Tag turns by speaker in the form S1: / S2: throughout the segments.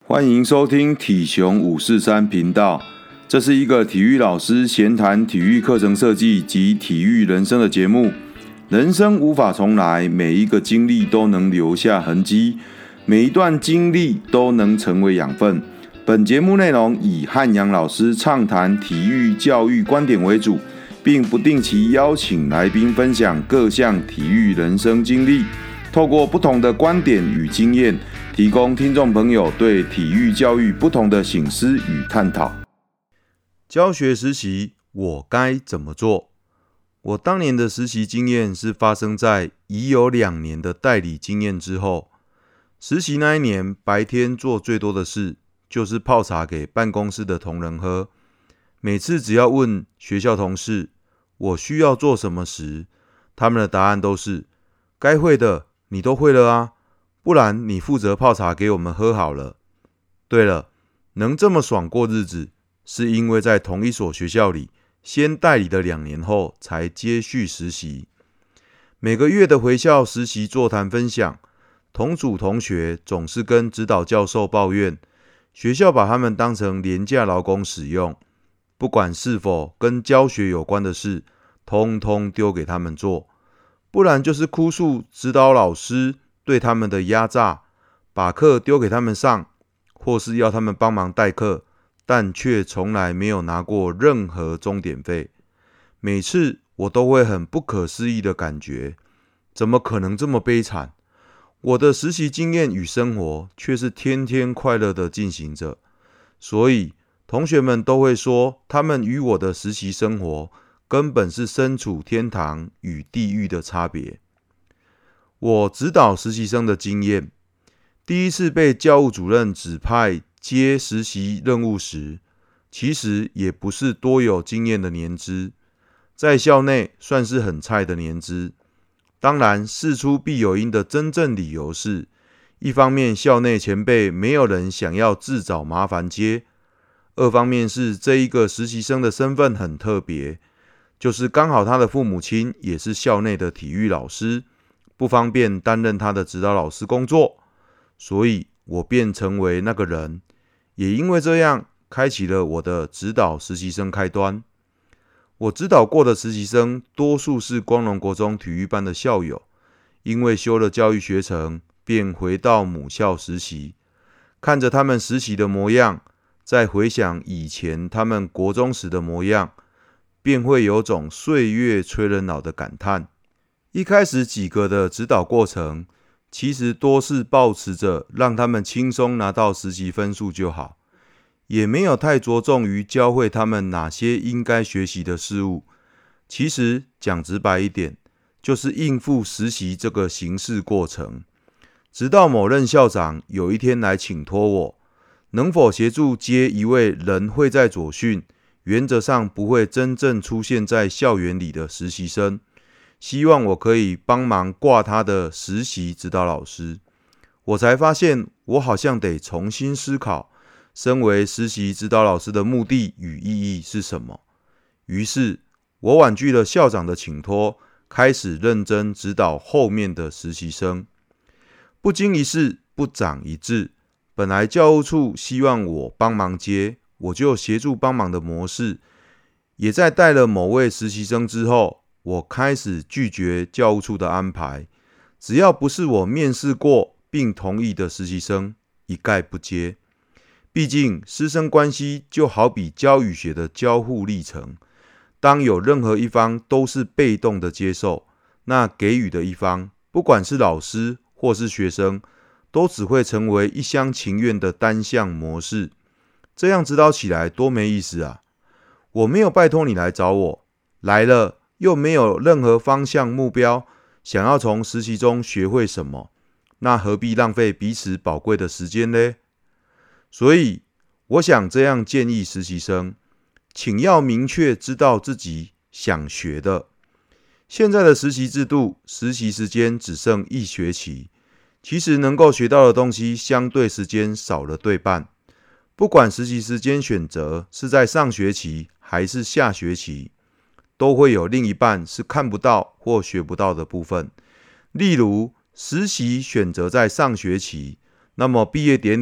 S1: 欢迎收听体雄543频道，这是一个体育老师闲谈体育课程设计及体育人生的节目。人生无法重来，每一个经历都能留下痕迹，每一段经历都能成为养分。本节目内容以汉阳老师畅谈体育教育观点为主，并不定期邀请来宾分享各项体育人生经历，透过不同的观点与经验，提供听众朋友对体育教育不同的省思与探讨。教学实习，我该怎么做？我当年的实习经验是发生在已有2年的代理经验之后。实习那一年，白天做最多的事就是泡茶给办公室的同仁喝。每次只要问学校同事我需要做什么时，他们的答案都是该会的你都会了啊，不然你负责泡茶给我们喝好了。对了，能这么爽过日子，是因为在同一所学校里先代理的2年后才接续实习。每个月的回校实习座谈分享，同组同学总是跟指导教授抱怨，学校把他们当成廉价劳工使用，不管是否跟教学有关的事，通通丢给他们做，不然就是哭诉指导老师对他们的压榨，把课丢给他们上，或是要他们帮忙代课，但却从来没有拿过任何钟点费。每次我都会很不可思议的感觉，怎么可能这么悲惨？我的实习经验与生活却是天天快乐的进行着，所以同学们都会说，他们与我的实习生活根本是身处天堂与地狱的差别。我指导实习生的经验，第一次被教务主任指派接实习任务时，其实也不是多有经验的年资，在校内算是很菜的年资。当然事出必有因的真正理由是，一方面校内前辈没有人想要自找麻烦接，二方面是这一个实习生的身份很特别，就是刚好他的父母亲也是校内的体育老师，不方便担任他的指导老师工作，所以我便成为那个人，也因为这样开启了我的指导实习生开端。我指导过的实习生多数是光荣国中体育班的校友，因为修了教育学程，便回到母校实习。看着他们实习的模样，再回想以前他们国中时的模样，便会有种岁月催人老的感叹。一开始几个的指导过程，其实多是抱持着让他们轻松拿到实习分数就好，也没有太着重于教会他们哪些应该学习的事物。其实讲直白一点，就是应付实习这个形式过程。直到某任校长有一天来请托我，能否协助接一位人会在左训，原则上不会真正出现在校园里的实习生，希望我可以帮忙挂他的实习指导老师。我才发现我好像得重新思考身为实习指导老师的目的与意义是什么。于是我婉拒了校长的请托，开始认真指导后面的实习生。不经一事不长一智，本来教务处希望我帮忙接，我就协助帮忙的模式，也在带了某位实习生之后，我开始拒绝教务处的安排，只要不是我面试过并同意的实习生，一概不接。毕竟师生关系就好比教与学的交互历程，当有任何一方都是被动的接受，那给予的一方，不管是老师或是学生，都只会成为一厢情愿的单向模式。这样指导起来多没意思啊！我没有拜托你来找我，来了又没有任何方向目标，想要从实习中学会什么，那何必浪费彼此宝贵的时间呢？所以我想这样建议实习生，请要明确知道自己想学的。现在的实习制度，实习时间只剩1学期，其实能够学到的东西相对时间少了对半。不管实习时间选择是在上学期还是下学期，都会有另一半是看不到或学不到的部分。例如实习选择在上学期，那么毕业典礼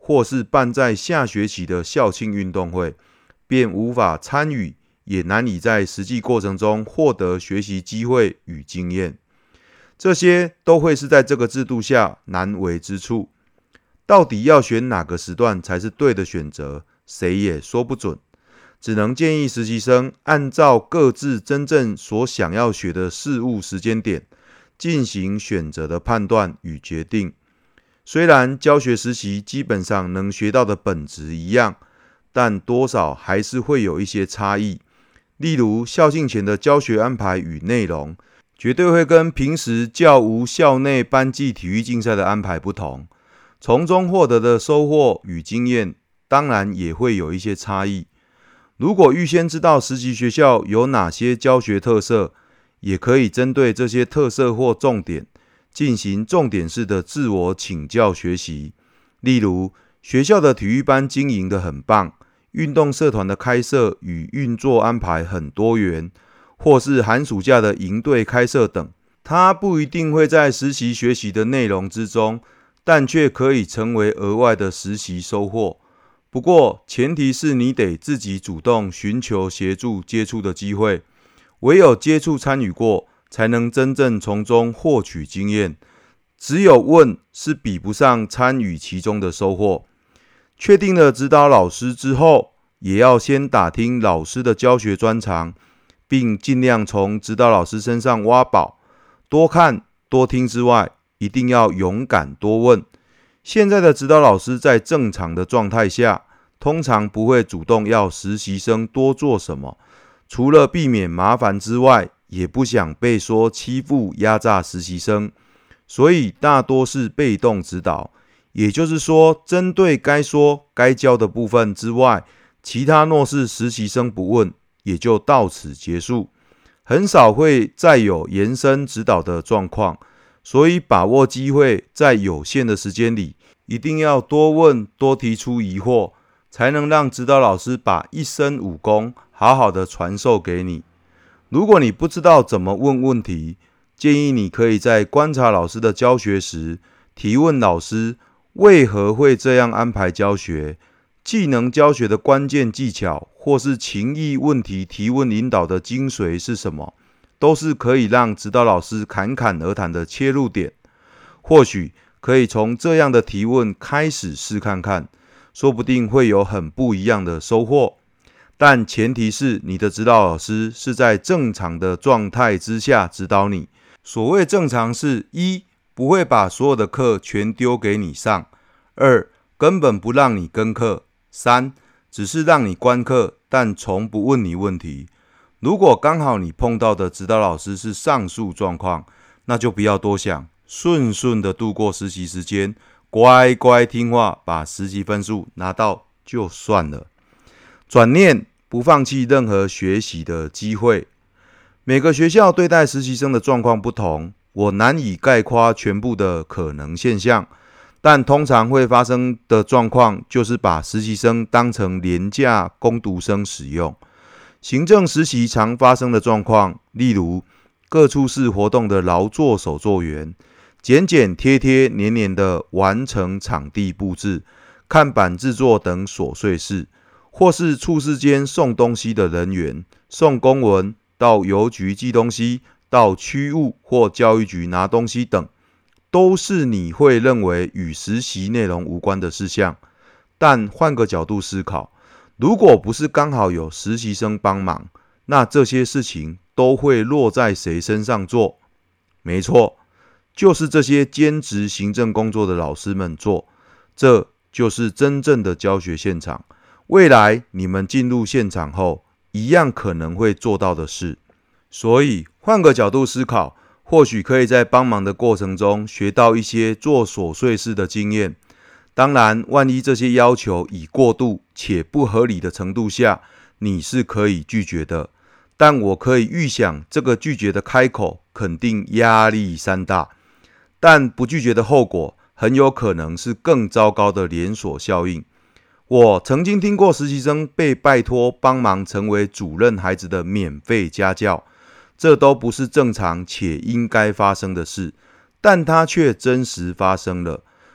S1: 或是办在下学期的校庆运动会，便无法参与，也难以在实际过程中获得学习机会与经验。这些都会是在这个制度下难为之处。到底要选哪个时段才是对的选择，谁也说不准。只能建议实习生按照各自真正所想要学的事物时间点，进行选择的判断与决定。虽然教学实习基本上能学到的本质一样，但多少还是会有一些差异。例如校庆前的教学安排与内容，绝对会跟平时较无校内班级体育竞赛的安排不同，从中获得的收获与经验，当然也会有一些差异。如果预先知道实习学校有哪些教学特色，也可以针对这些特色或重点，进行重点式的自我请教学习。例如，学校的体育班经营得很棒，运动社团的开设与运作安排很多元，或是寒暑假的营队开设等，它不一定会在实习学习的内容之中，但却可以成为额外的实习收获。不过，前提是你得自己主动寻求协助接触的机会，唯有接触参与过，才能真正从中获取经验。只有问是比不上参与其中的收获。确定了指导老师之后，也要先打听老师的教学专长，并尽量从指导老师身上挖宝。多看多听之外，一定要勇敢多问。现在的指导老师在正常的状态下，通常不会主动要实习生多做什么，除了避免麻烦之外，也不想被说欺负压榨实习生，所以大多是被动指导。也就是说，针对该说该教的部分之外，其他若是实习生不问，也就到此结束，很少会再有延伸指导的状况。所以把握机会，在有限的时间里，一定要多问多提出疑惑，才能让指导老师把一身武功好好的传授给你。如果你不知道怎么问问题，建议你可以在观察老师的教学时，提问老师为何会这样安排教学，技能教学的关键技巧，或是情意问题提问引导的精髓是什么，都是可以让指导老师侃侃而谈的切入点。或许可以从这样的提问开始试看看，说不定会有很不一样的收获。但前提是你的指导老师是在正常的状态之下指导你。所谓正常是：一、不会把所有的课全丢给你上；二、根本不让你跟课；三、只是让你观课，但从不问你问题。如果刚好你碰到的指导老师是上述状况，那就不要多想，顺顺的度过实习时间，乖乖听话，把实习分数拿到就算了。转念，不放弃任何学习的机会。每个学校对待实习生的状况不同，我难以概括全部的可能现象，但通常会发生的状况就是把实习生当成廉价工读生使用。行政实习常发生的状况，例如各处室活动的劳作手作员，剪剪贴贴黏黏的完成场地布置、看板制作等琐碎事，或是处室间送东西的人员，送公文到邮局寄东西，到区务或教育局拿东西等，都是你会认为与实习内容无关的事项。但换个角度思考，如果不是刚好有实习生帮忙，那这些事情都会落在谁身上做？没错，就是这些兼职行政工作的老师们做。这就是真正的教学现场，未来你们进入现场后，一样可能会做到的事。所以换个角度思考，或许可以在帮忙的过程中学到一些做琐碎事的经验。当然，万一这些要求已过度且不合理的程度下，你是可以拒绝的。但我可以预想，这个拒绝的开口肯定压力山大，但不拒绝的后果很有可能是更糟糕的连锁效应。我曾经听过实习生被拜托帮忙成为主任孩子的免费家教，这都不是正常且应该发生的事，但它却真实发生了。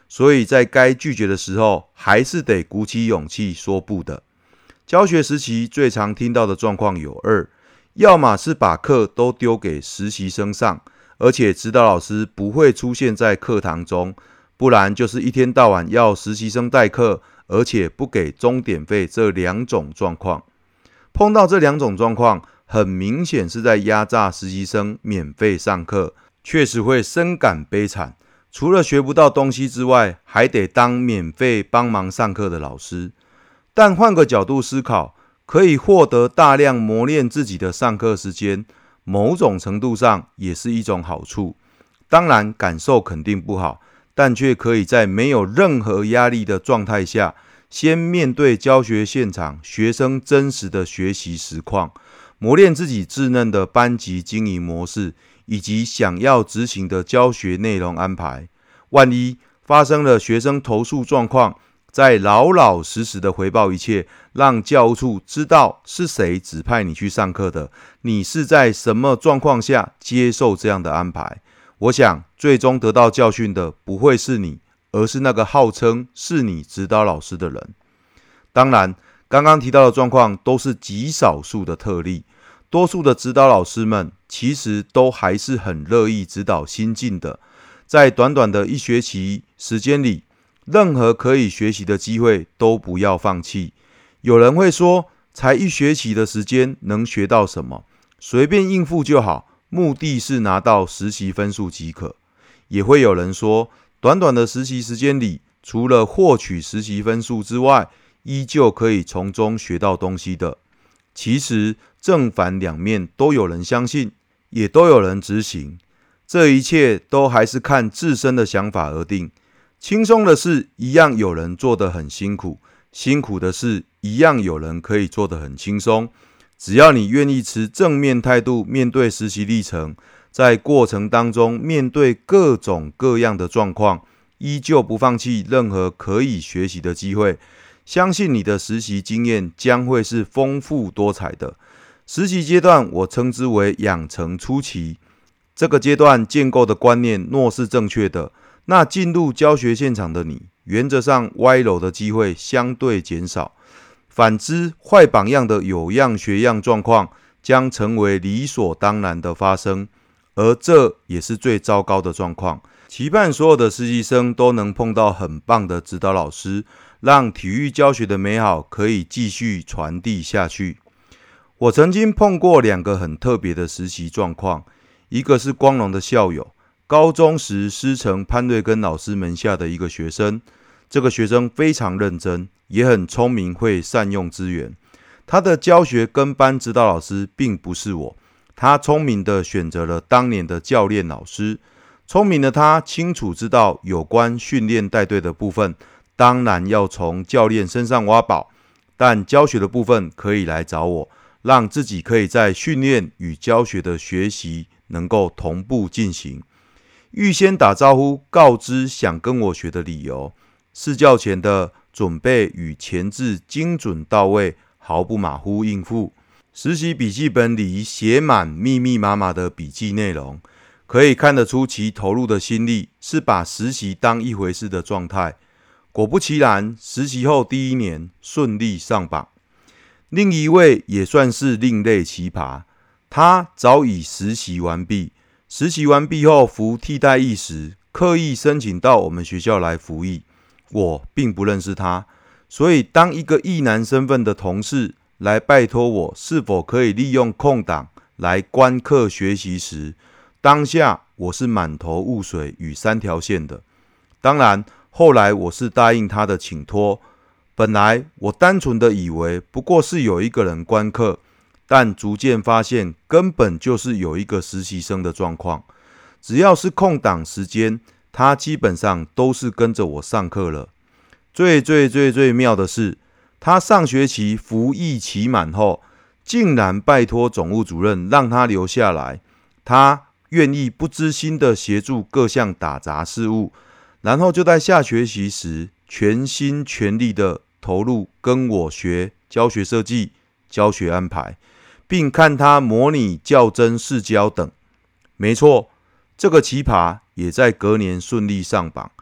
S1: 所以在该拒绝的时候，还是得鼓起勇气说不的。教学时期最常听到的状况有二，要么是把课都丢给实习生上，而且指导老师不会出现在课堂中，不然就是一天到晚要实习生代课，而且不给钟点费这两种状况。碰到这两种状况，很明显是在压榨实习生免费上课，确实会深感悲惨。除了学不到东西之外，还得当免费帮忙上课的老师。但换个角度思考，可以获得大量磨练自己的上课时间，某种程度上也是一种好处。当然感受肯定不好，但却可以在没有任何压力的状态下，先面对教学现场学生真实的学习实况，磨练自己稚嫩的班级经营模式，以及想要执行的教学内容安排。万一发生了学生投诉状况，再老老实实的回报一切，让教务处知道是谁指派你去上课的，你是在什么状况下接受这样的安排。我想最终得到教训的不会是你，而是那个号称是你指导老师的人。当然刚刚提到的状况都是极少数的特例，多数的指导老师们其实都还是很乐意指导新进的。在短短的一学期时间里，任何可以学习的机会都不要放弃。有人会说，才一学期的时间能学到什么？随便应付就好，目的是拿到实习分数即可。也会有人说，短短的实习时间里，除了获取实习分数之外，依旧可以从中学到东西的。其实正反两面都有人相信，也都有人执行。这一切都还是看自身的想法而定。轻松的事一样有人做得很辛苦，辛苦的事一样有人可以做得很轻松。只要你愿意持正面态度面对实习历程，在过程当中面对各种各样的状况，依旧不放弃任何可以学习的机会，相信你的实习经验将会是丰富多彩的。实习阶段我称之为养成初期，这个阶段建构的观念若是正确的，那进入教学现场的你，原则上歪楼的机会相对减少。反之，坏榜样的有样学样状况将成为理所当然的发生，而这也是最糟糕的状况。期盼所有的实习生都能碰到很棒的指导老师，让体育教学的美好可以继续传递下去。我曾经碰过两个很特别的实习状况，一个是光荣的校友，高中时师承潘瑞根老师门下的一个学生。这个学生非常认真，也很聪明，会善用资源。他的教学跟班指导老师并不是我，他聪明的选择了当年的教练老师。聪明的他清楚知道有关训练带队的部分，当然要从教练身上挖宝，但教学的部分可以来找我，让自己可以在训练与教学的学习能够同步进行。预先打招呼告知想跟我学的理由，试教前的准备与前置精准到位，毫不马虎应付。实习笔记本里写满密密麻麻的笔记内容，可以看得出其投入的心力是把实习当一回事的状态。果不其然，实习后第一年顺利上榜。另一位也算是另类奇葩，他早已实习完毕，实习完毕后服替代役时，刻意申请到我们学校来服役。我并不认识他，所以当一个役男身份的同事来拜托我是否可以利用空档来观课学习时，当下我是满头雾水与三条线的。当然后来我是答应他的请托，本来我单纯的以为不过是有一个人观课，但逐渐发现根本就是有一个实习生的状况。只要是空档时间，他基本上都是跟着我上课了。最妙的是，他上学期服役期满后，竟然拜托总务主任让他留下来，他愿意不知心的协助各项打杂事务，然后就在下学期时全心全力的投入跟我学教学设计、教学安排，并看他模拟教甄试教等。没错，这个奇葩也在隔年顺利上榜，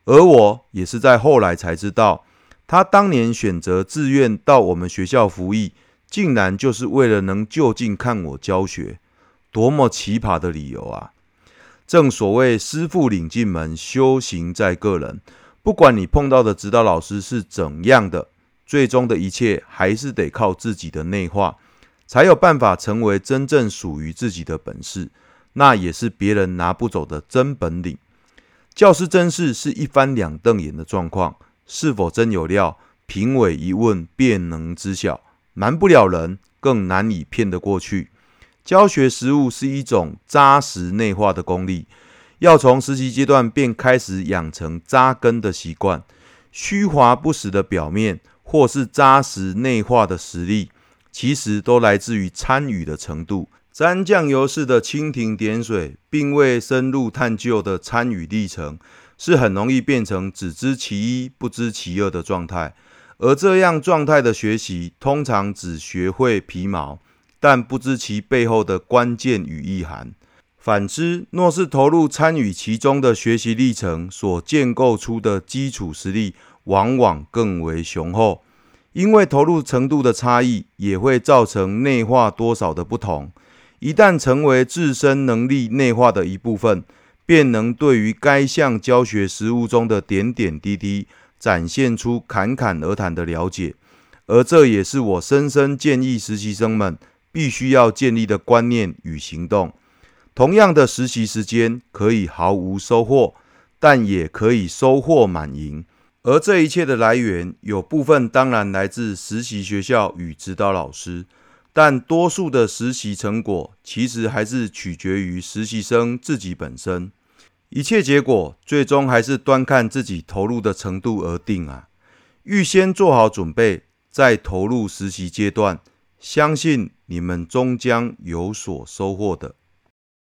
S1: 而我也是在后来才知道，他当年选择自愿到我们学校服役，竟然就是为了能就近看我教学，多么奇葩的理由啊！正所谓师父领进门，修行在个人。不管你碰到的指导老师是怎样的，最终的一切还是得靠自己的内化，才有办法成为真正属于自己的本事，那也是别人拿不走的真本领。教师甄试是一翻两瞪眼的状况，是否真有料，评委一问便能知晓，瞒不了人，更难以骗得过去。教学实务是一种扎实内化的功力，要从实习阶段便开始养成扎根的习惯。虚华不实的表面，或是扎实内化的实力，其实都来自于参与的程度。沾酱油式的蜻蜓点水，并未深入探究的参与历程，是很容易变成只知其一不知其二的状态。而这样状态的学习，通常只学会皮毛，但不知其背后的关键与意涵。反之，若是投入参与其中的学习历程所建构出的基础实力，往往更为雄厚。因为投入程度的差异，也会造成内化多少的不同。一旦成为自身能力内化的一部分，便能对于该项教学实务中的点点滴滴，展现出侃侃而谈的了解。而这也是我深深建议实习生们必须要建立的观念与行动。同样的实习时间可以毫无收获，但也可以收获满盈。而这一切的来源，有部分当然来自实习学校与指导老师，但多数的实习成果其实还是取决于实习生自己本身。一切结果最终还是端看自己投入的程度而定啊！预先做好准备，再投入实习阶段，相信你们终将有所收获的。